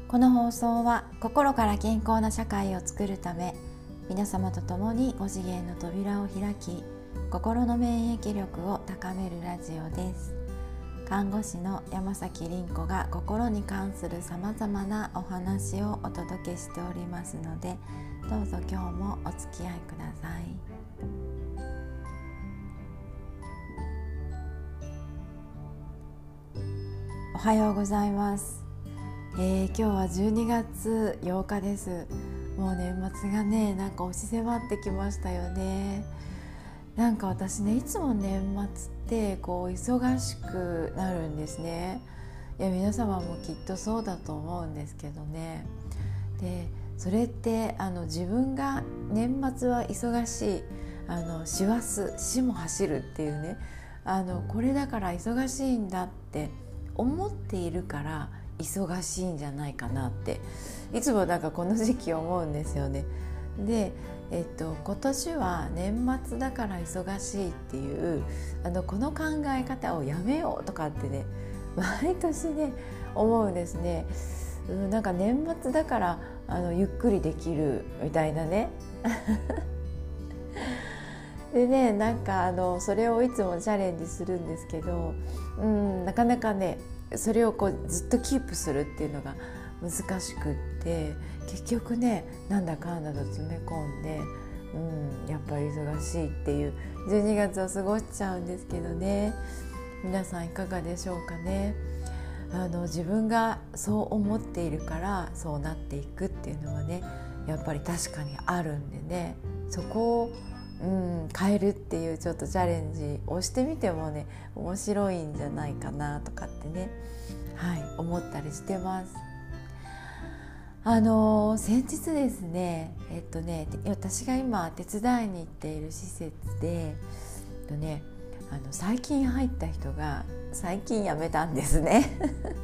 この放送は心から健康な社会を作るため、皆様と共に5次元の扉を開き、心の免疫力を高めるラジオです。看護師の山崎凛子が心に関するさまざまなお話をお届けしておりますので、どうぞ今日もお付き合いください。おはようございます。今日は12月8日です。もう年末がね、なんか押し迫ってきましたよね。なんか私ね、いつも年末ってこう忙しくなるんですね。いや、皆様もきっとそうだと思うんですけどね。で、それって自分が年末は忙しい、師走、死も走るっていうね、これだから忙しいんだって思っているから忙しいんじゃないかなっていつもなんかこの時期思うんですよね。で、今年は年末だから忙しいっていうこの考え方をやめようとかってね、毎年ね思うんですね。なんか年末だからゆっくりできるみたいなねでね、なんかそれをいつもチャレンジするんですけど、なかなかねそれをこうずっとキープするっていうのが難しくって、結局ねなんだかんだと詰め込んで、やっぱり忙しいっていう12月を過ごしちゃうんですけどね。皆さんいかがでしょうかね。自分がそう思っているからそうなっていくっていうのはね、やっぱり確かにあるんでね、そこを変えるっていうちょっとチャレンジをしてみてもね、面白いんじゃないかなとかってね、思ったりしてます。先日ですね、私が今手伝いに行っている施設で、最近入った人が最近辞めたんですね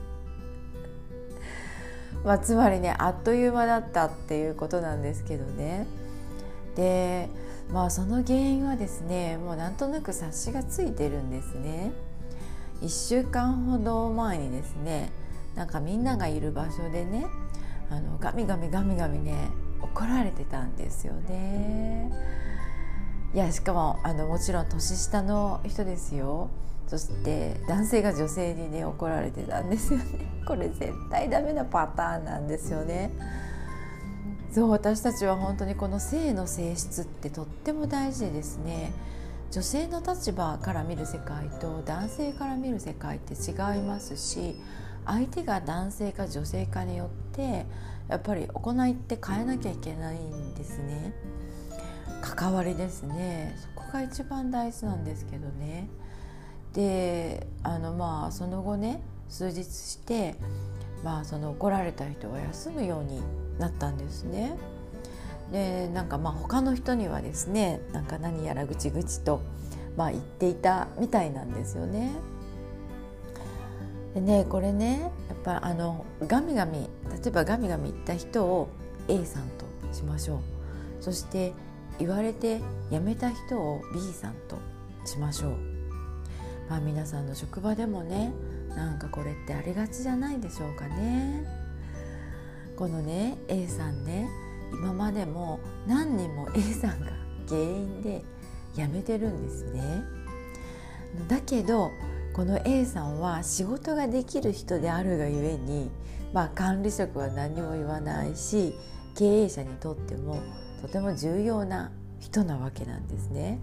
つまりね、あっという間だったっていうことなんですけどね。で、その原因はですね、もうなんとなく察しがついてるんですね。1週間ほど前にですね、なんかみんながいる場所でね、ガミガミね怒られてたんですよね。いや、しかももちろん年下の人ですよ。そして男性が女性にね怒られてたんですよね。これ絶対ダメなパターンなんですよね。そう、私たちは本当にこの性の性質ってとっても大事でですね、女性の立場から見る世界と男性から見る世界って違いますし、相手が男性か女性かによってやっぱり行いって変えなきゃいけないんですね。関わりですね、そこが一番大事なんですけどね。で、その後ね、数日してその怒られた人は休むようになったんですね。で、なんか他の人にはですね、なんか何やらぐちぐちと言っていたみたいなんですよね。でね、これね、やっぱガミガミ、例えばガミガミ言った人を A さんとしましょう。そして言われて辞めた人を B さんとしましょう。皆さんの職場でもね、なんかこれってありがちじゃないでしょうかね。このね A さんね、今までも何人も A さんが原因で辞めてるんですね。だけどこの A さんは仕事ができる人であるがゆえに、管理職は何も言わないし、経営者にとってもとても重要な人なわけなんですね。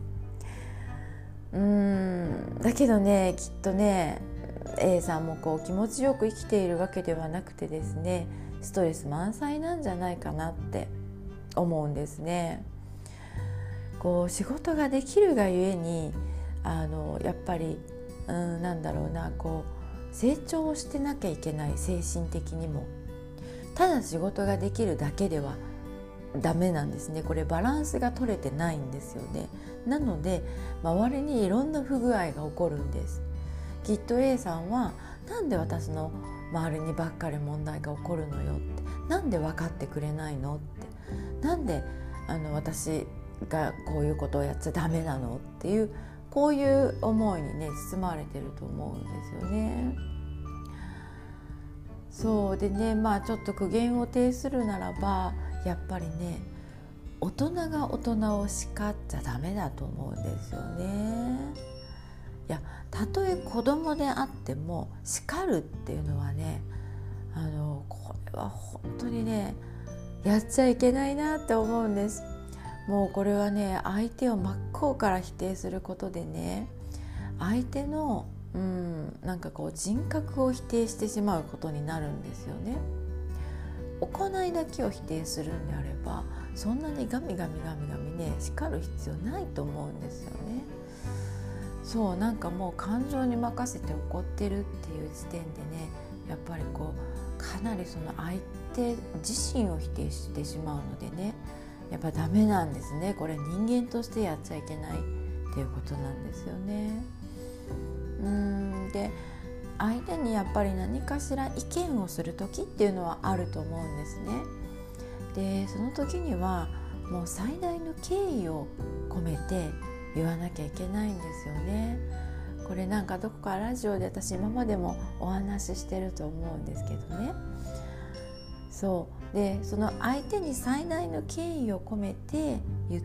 だけどね、きっとね A さんもこう気持ちよく生きているわけではなくてですね、ストレス満載なんじゃないかなって思うんですね。こう仕事ができるがゆえにやっぱりこう成長してなきゃいけない、精神的にも。ただ仕事ができるだけではダメなんですね。これバランスが取れてないんですよね。なので周りにいろんな不具合が起こるんです。きっと A さんは、なんで私の周りにばっかり問題が起こるのよって、なんで分かってくれないのって、なんで私がこういうことをやっちゃダメなのっていう、こういう思いにね包まれてると思うんですよね。 そうでね、ちょっと苦言を呈するならば、やっぱりね、大人が大人を叱っちゃダメだと思うんですよね。いや、たとえ子供であっても叱るっていうのはね、これは本当にね、やっちゃいけないなって思うんです。もうこれはね、相手を真っ向から否定することでね、相手のなんかこう人格を否定してしまうことになるんですよね。行いだけを否定するんであれば、そんなにガミガミね叱る必要ないと思うんですよね。そう、なんかもう感情に任せて怒ってるっていう時点でね、やっぱりこうかなりその相手自身を否定してしまうのでね、やっぱダメなんですね。これ人間としてやっちゃいけないっていうことなんですよね。で、相手にやっぱり何かしら意見をする時っていうのはあると思うんですね。で、その時にはもう最大の敬意を込めて言わなきゃいけないんですよね。これなんかどこかラジオで私今までもお話ししてると思うんですけどね。そうで、その相手に最大の敬意を込めて言って、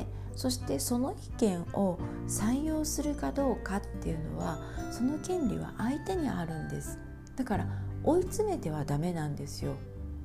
そしてその意見を採用するかどうかっていうのは、その権利は相手にあるんです。だから追い詰めてはダメなんですよ。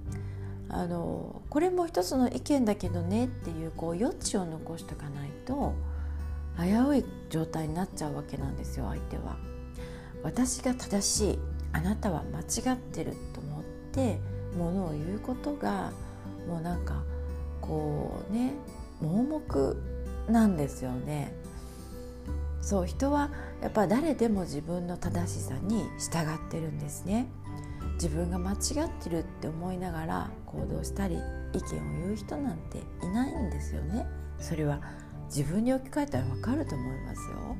これも一つの意見だけどねっていう、余地を残しておかないと危うい状態になっちゃうわけなんですよ。相手は私が正しい、あなたは間違ってると思ってものを言うことが、もうなんかこうね、盲目なんですよね。そう、人はやっぱ誰でも自分の正しさに従ってるんですね。自分が間違ってるって思いながら行動したり意見を言う人なんていないんですよね。それは自分に置き換えたら分かると思いますよ。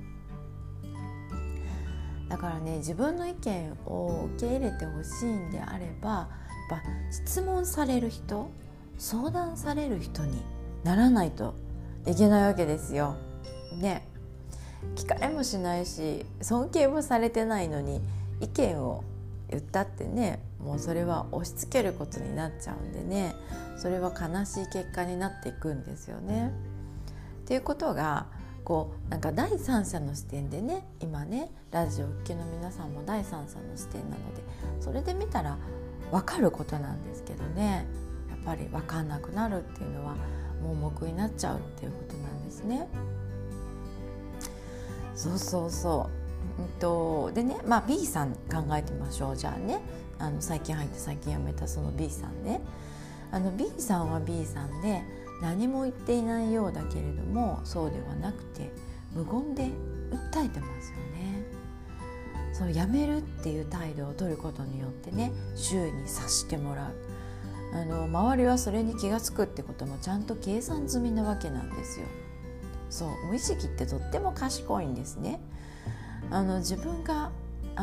だからね、自分の意見を受け入れてほしいんであれば、やっぱ質問される人、相談される人にならないといけないわけですよね。聞かれもしないし、尊敬もされてないのに意見を言ったってね、もうそれは押し付けることになっちゃうんでね、それは悲しい結果になっていくんですよね。っていうことがなんか第三者の視点でね、今ねラジオを聴きの皆さんも第三者の視点なので、それで見たら分かることなんですけどね、やっぱり分かんなくなるっていうのは盲目になっちゃうっていうことなんですね。でね、B さん考えてみましょう。じゃあね、最近入って最近辞めたその B さんね、B さんは B さんで何も言っていないようだけれども、そうではなくて無言で訴えてますよね。そう辞めるっていう態度を取ることによってね、周囲に察してもらう、周りはそれに気がつくってこともちゃんと計算済みなわけなんですよ。そう、無意識ってとっても賢いんですね。自分が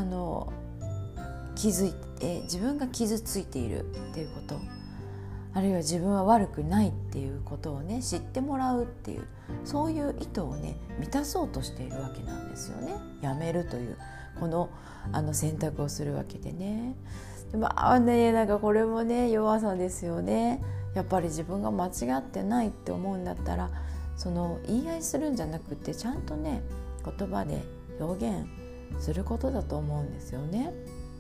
気づいて、自分が傷ついているっていうこと、あるいは自分は悪くないっていうことをね知ってもらうっていう、そういう意図をね満たそうとしているわけなんですよね。やめるというこの選択をするわけでね。でなんかこれもね弱さですよね。やっぱり自分が間違ってないって思うんだったら、その言い合いするんじゃなくて、ちゃんとね言葉で表現することだと思うんですよね。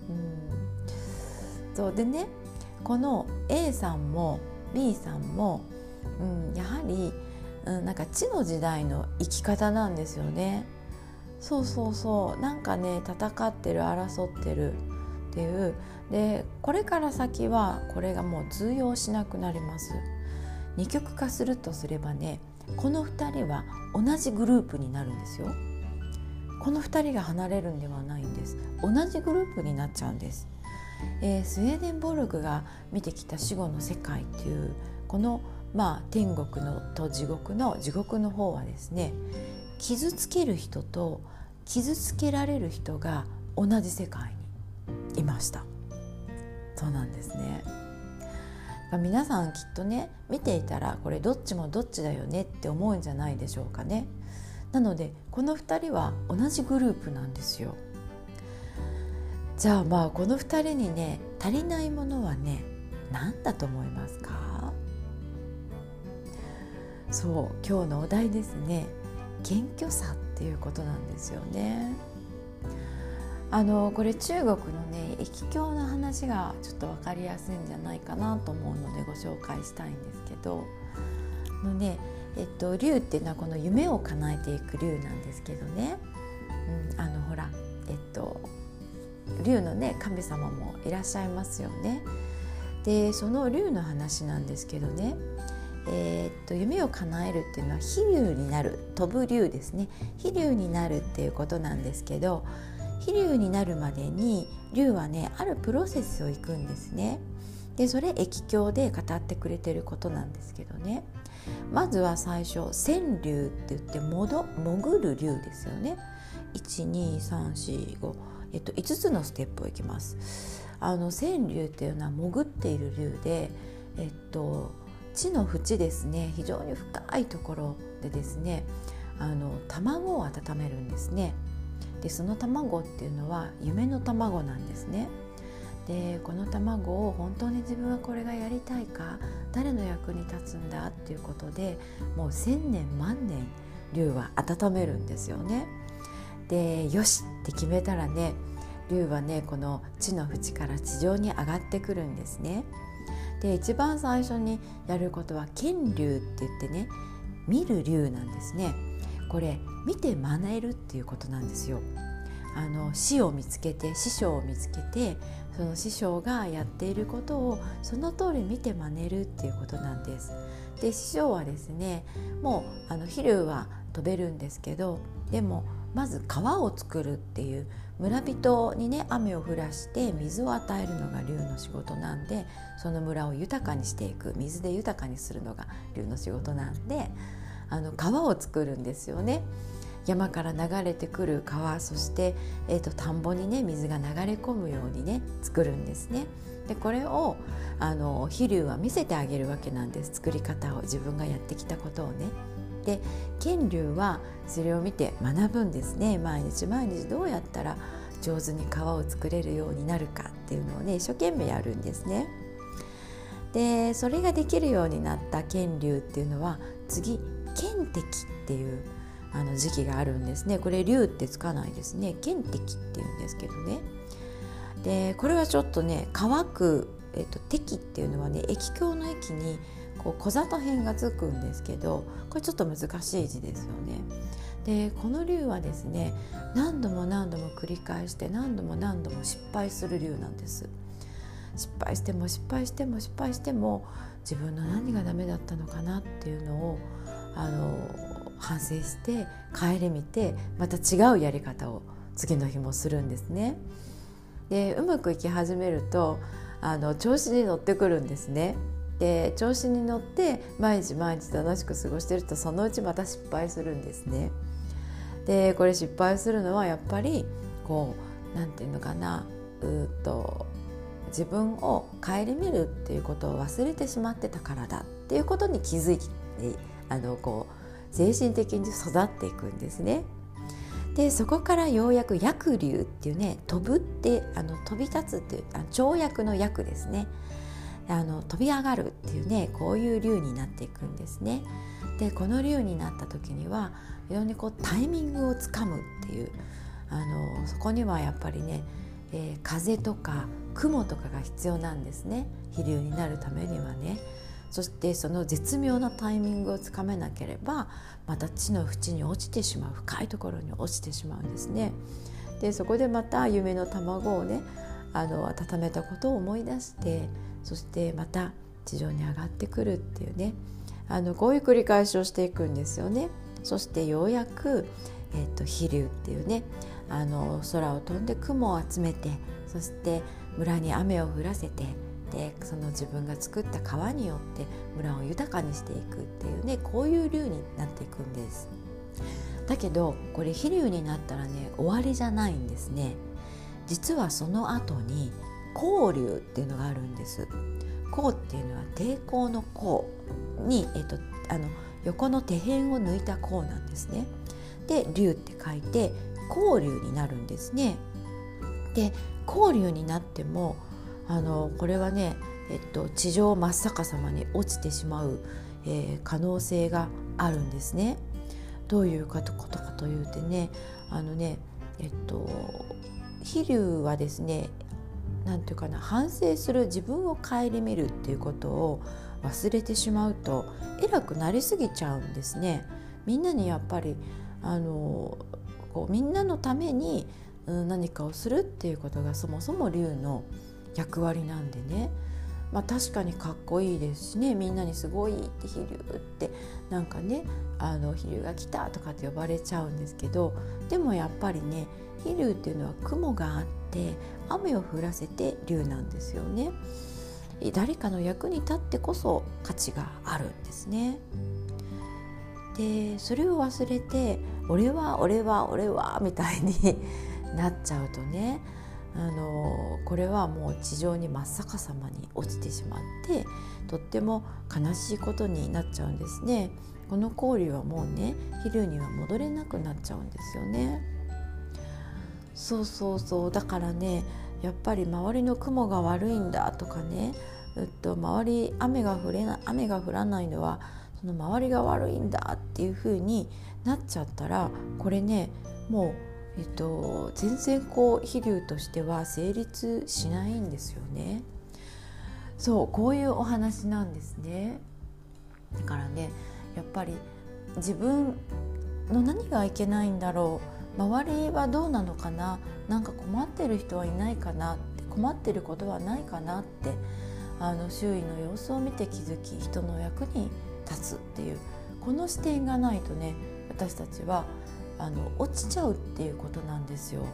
そうでね、この A さんも B さんも、やはり、なんか地の時代の生き方なんですよね。なんかね戦ってる、争ってるっていう。でこれから先はこれがもう通用しなくなります。二極化するとすればね、この2人は同じグループになるんですよ。この2人が離れるんではないんです。同じグループになっちゃうんです。スウェーデンボルグが見てきた死後の世界っていうこの、天国のと地獄の方はですね、傷つける人と傷つけられる人が同じ世界にいました。そうなんですね。皆さんきっとね見ていたら、これどっちもどっちだよねって思うんじゃないでしょうかね。なのでこの2人は同じグループなんですよ。じゃあこの2人にね足りないものはね、何だと思いますか？そう、今日のお題ですね。謙虚さっていうことなんですよね。これ中国のね、易経の話がちょっと分かりやすいんじゃないかなと思うのでご紹介したいんですけど、龍っていうのはこの夢を叶えていく龍なんですけどね、ほら、龍のね神様もいらっしゃいますよね。でその龍の話なんですけどね、夢を叶えるっていうのは飛龍になる、飛ぶ龍ですね。飛龍になるっていうことなんですけど、飛龍になるまでに龍はね、あるプロセスを行くんですね。でそれ易経で語ってくれてることなんですけどね、まずは最初潜龍って言って潜る龍ですよね。1,2,3,4,5、5つのステップをいきます。潜龍っていうのは潜っている龍で、地の縁ですね、非常に深いところでですね、卵を温めるんですね。でその卵っていうのは夢の卵なんですね。でこの卵を本当に自分はこれがやりたいか、誰の役に立つんだっていうことで、もう1000年万年龍は温めるんですよね。でよしって決めたらね、龍はね、この地の縁から地上に上がってくるんですね。で一番最初にやることは見龍って言ってね、見る龍なんですね。これ見て真似るっていうことなんですよ。師を見つけて、師匠を見つけて、その師匠がやっていることをその通り見て真似るっていうことなんです。で師匠はですね、もう飛龍は飛べるんですけど、でもまず川を作るっていう、村人にね雨を降らして水を与えるのが龍の仕事なんで、その村を豊かにしていく、水で豊かにするのが龍の仕事なんで、川を作るんですよね。山から流れてくる川、そして、田んぼにね水が流れ込むようにね作るんですね。でこれを飛龍は見せてあげるわけなんです。作り方を、自分がやってきたことをね。で見龍はそれを見て学ぶんですね。毎日毎日どうやったら上手に川を作れるようになるかっていうのをね、一生懸命やるんですね。でそれができるようになった見龍っていうのは、次見敵っていう時期があるんですね。これ龍ってつかないですね。見敵っていうんですけどね。でこれはちょっとね、乾く、敵っていうのはね、易経の駅にこう小里辺がつくんですけど、これちょっと難しい字ですよね。でこの龍はですね、何度も何度も繰り返して、何度も何度も失敗する龍なんです。失敗しても失敗しても失敗しても、自分の何がダメだったのかなっていうのを反省して顧みて、また違うやり方を次の日もするんですね。でうまくいき始めると調子に乗ってくるんですね。で調子に乗って毎日毎日楽しく過ごしてると、そのうちまた失敗するんですね。でこれ失敗するのはやっぱりこう、なんていうのかな、自分を顧みるっていうことを忘れてしまってたからだっていうことに気づいて、精神的に育っていくんですね。でそこからようやく躍龍っていうね、飛ぶって飛び立つっていう跳躍の躍ですね。飛び上がるっていうね、こういう龍になっていくんですね。でこの龍になった時には非常にこうタイミングをつかむっていう、そこにはやっぱりね、風とか雲とかが必要なんですね。飛龍になるためにはね。そしてその絶妙なタイミングをつかめなければ、また地の縁に落ちてしまう、深いところに落ちてしまうんですね。でそこでまた夢の卵をね温めたことを思い出して、そしてまた地上に上がってくるっていうね、こういう繰り返しをしていくんですよね。そしてようやく、飛龍っていうね、空を飛んで雲を集めて、そして村に雨を降らせて、でその自分が作った川によって村を豊かにしていくっていうね、こういう龍になっていくんです。だけどこれ飛龍になったらね、終わりじゃないんですね。実はその後に光龍っていうのがあるんです。光っていうのは抵抗の光に、横の手辺を抜いた光なんですね。で龍って書いて光龍になるんですね。で光龍になってもこれはね、地上真っ逆さまに落ちてしまう、可能性があるんですね。どういうことかというとね、飛竜はですね、なんていうかな、反省する、自分を顧みるっていうことを忘れてしまうと偉くなりすぎちゃうんですね。みんなにやっぱりみんなのために何かをするっていうことがそもそも竜の役割なんでね、確かにかっこいいですしね、みんなにすごいって飛竜ってなんかね、飛竜が来たとかって呼ばれちゃうんですけど、でもやっぱりね、飛竜っていうのは雲があって雨を降らせて竜なんですよね。誰かの役に立ってこそ価値があるんですね。でそれを忘れて俺は俺は俺はみたいになっちゃうとね、これはもう地上に真っ逆さまに落ちてしまって、とっても悲しいことになっちゃうんですね。この交流はもうね、飛竜には戻れなくなっちゃうんですよね。そうだからね、やっぱり周りの雲が悪いんだとかね、周り雨が降らないのはその周りが悪いんだっていう風になっちゃったら、これね、もう、全然飛竜としては成立しないんですよね。こういうお話なんですね。だからね、やっぱり自分の何がいけないんだろう、周りはどうなのかな、なんか困ってる人はいないかなって、困ってることはないかなって、周囲の様子を見て気づき、人の役に立つっていうこの視点がないとね、私たちは落ちちゃうっていうことなんですよ。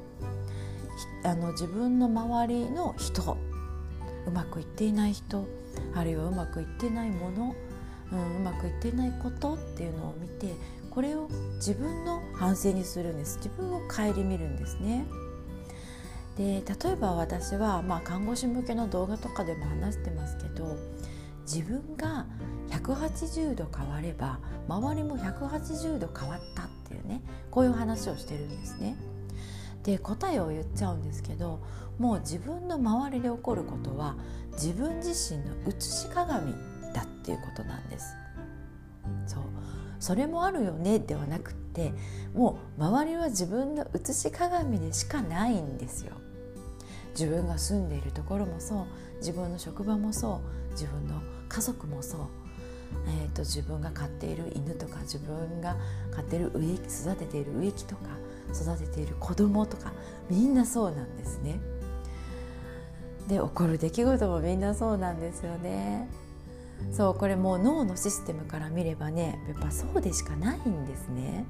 自分の周りの人、うまくいっていない人、あるいはうまくいってないもの、うまくいっていないことっていうのを見て、これを自分の反省にするんです。自分を顧みるんですね。で例えば私は、看護師向けの動画とかでも話してますけど、自分が180度変われば周りも180度変わったっていうね、こういう話をしてるんですね。で答えを言っちゃうんですけど、もう自分の周りで起こることは自分自身の写し鏡だっていうことなんです。それもあるよねではなくって、もう周りは自分の写し鏡でしかないんですよ。自分が住んでいるところもそう、自分の職場もそう、自分の家族もそう、自分が飼っている犬とか、自分が飼っている植木、育てている植木とか、育てている子供とか、みんなそうなんですね。で起こる出来事もみんなそうなんですよね。これもう脳のシステムから見ればね、やっぱそうでしかないんですね。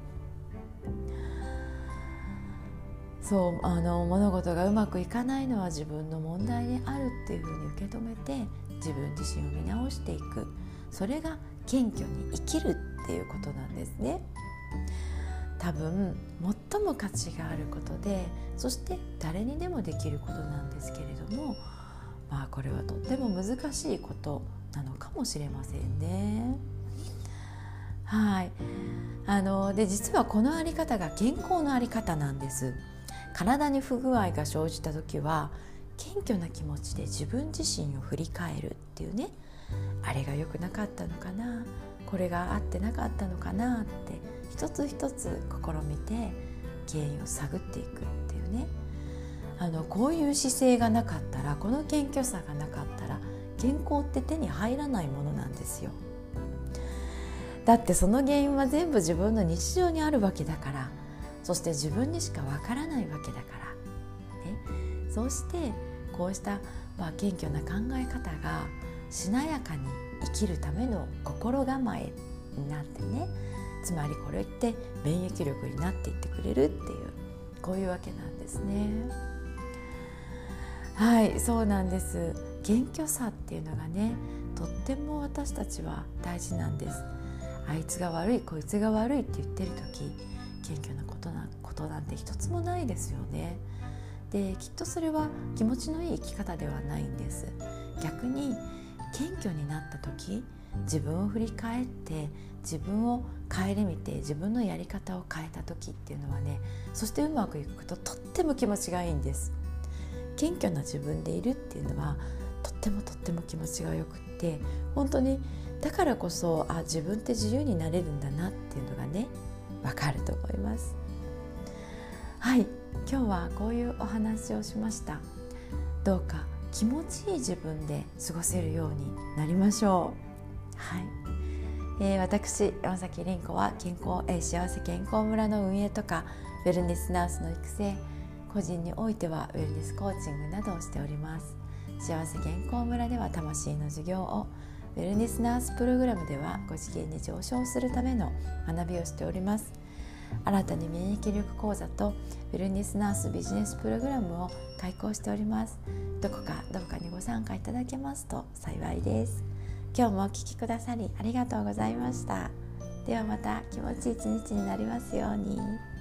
物事がうまくいかないのは自分の問題であるっていうふうに受け止めて、自分自身を見直していく、それが謙虚に生きるっていうことなんですね。多分最も価値があることで、そして誰にでもできることなんですけれども、これはとっても難しいことなのかもしれませんね。で実はこのあり方が健康のあり方なんです。体に不具合が生じた時は、謙虚な気持ちで自分自身を振り返るっていうね、あれが良くなかったのかな、これが合ってなかったのかなって一つ一つ試みて原因を探っていくっていうね、こういう姿勢がなかったら、この謙虚さがなかったら、健康って手に入らないものなんですよ。だってその原因は全部自分の日常にあるわけだから、そして自分にしかわからないわけだから、ね、そうしてこうした、謙虚な考え方がしなやかに生きるための心構えになってね、つまりこれって免疫力になっていってくれるっていう、こういうわけなんですね。そうなんです。謙虚さっていうのがね、とっても私たちは大事なんです。あいつが悪い、こいつが悪いって言ってる時、謙虚なことなんて一つもないですよね。できっとそれは気持ちのいい生き方ではないんです。逆に謙虚になった時、自分を振り返って自分を顧みて自分のやり方を変えた時っていうのはね、そしてうまくいくととっても気持ちがいいんです。 謙虚な自分でいるっていうのはとっても気持ちがよくって、本当にだからこそ自分って自由になれるんだなっていうのがねわかると思います。はい、今日はこういうお話をしました。どうか気持ちいい自分で過ごせるようになりましょう。はい、私山崎凛子は幸せ健康村の運営とかウェルネスナースの育成、個人においてはウェルネスコーチングなどをしております。幸せ健康村では魂の授業を、ウェルネスナースプログラムではご次元に上昇するための学びをしております。新たに免疫力講座とウェルネスナースビジネスプログラムを開講しております。どうかにご参加いただけますと幸いです。今日もお聞きくださりありがとうございました。ではまた気持ちいい一日になりますように。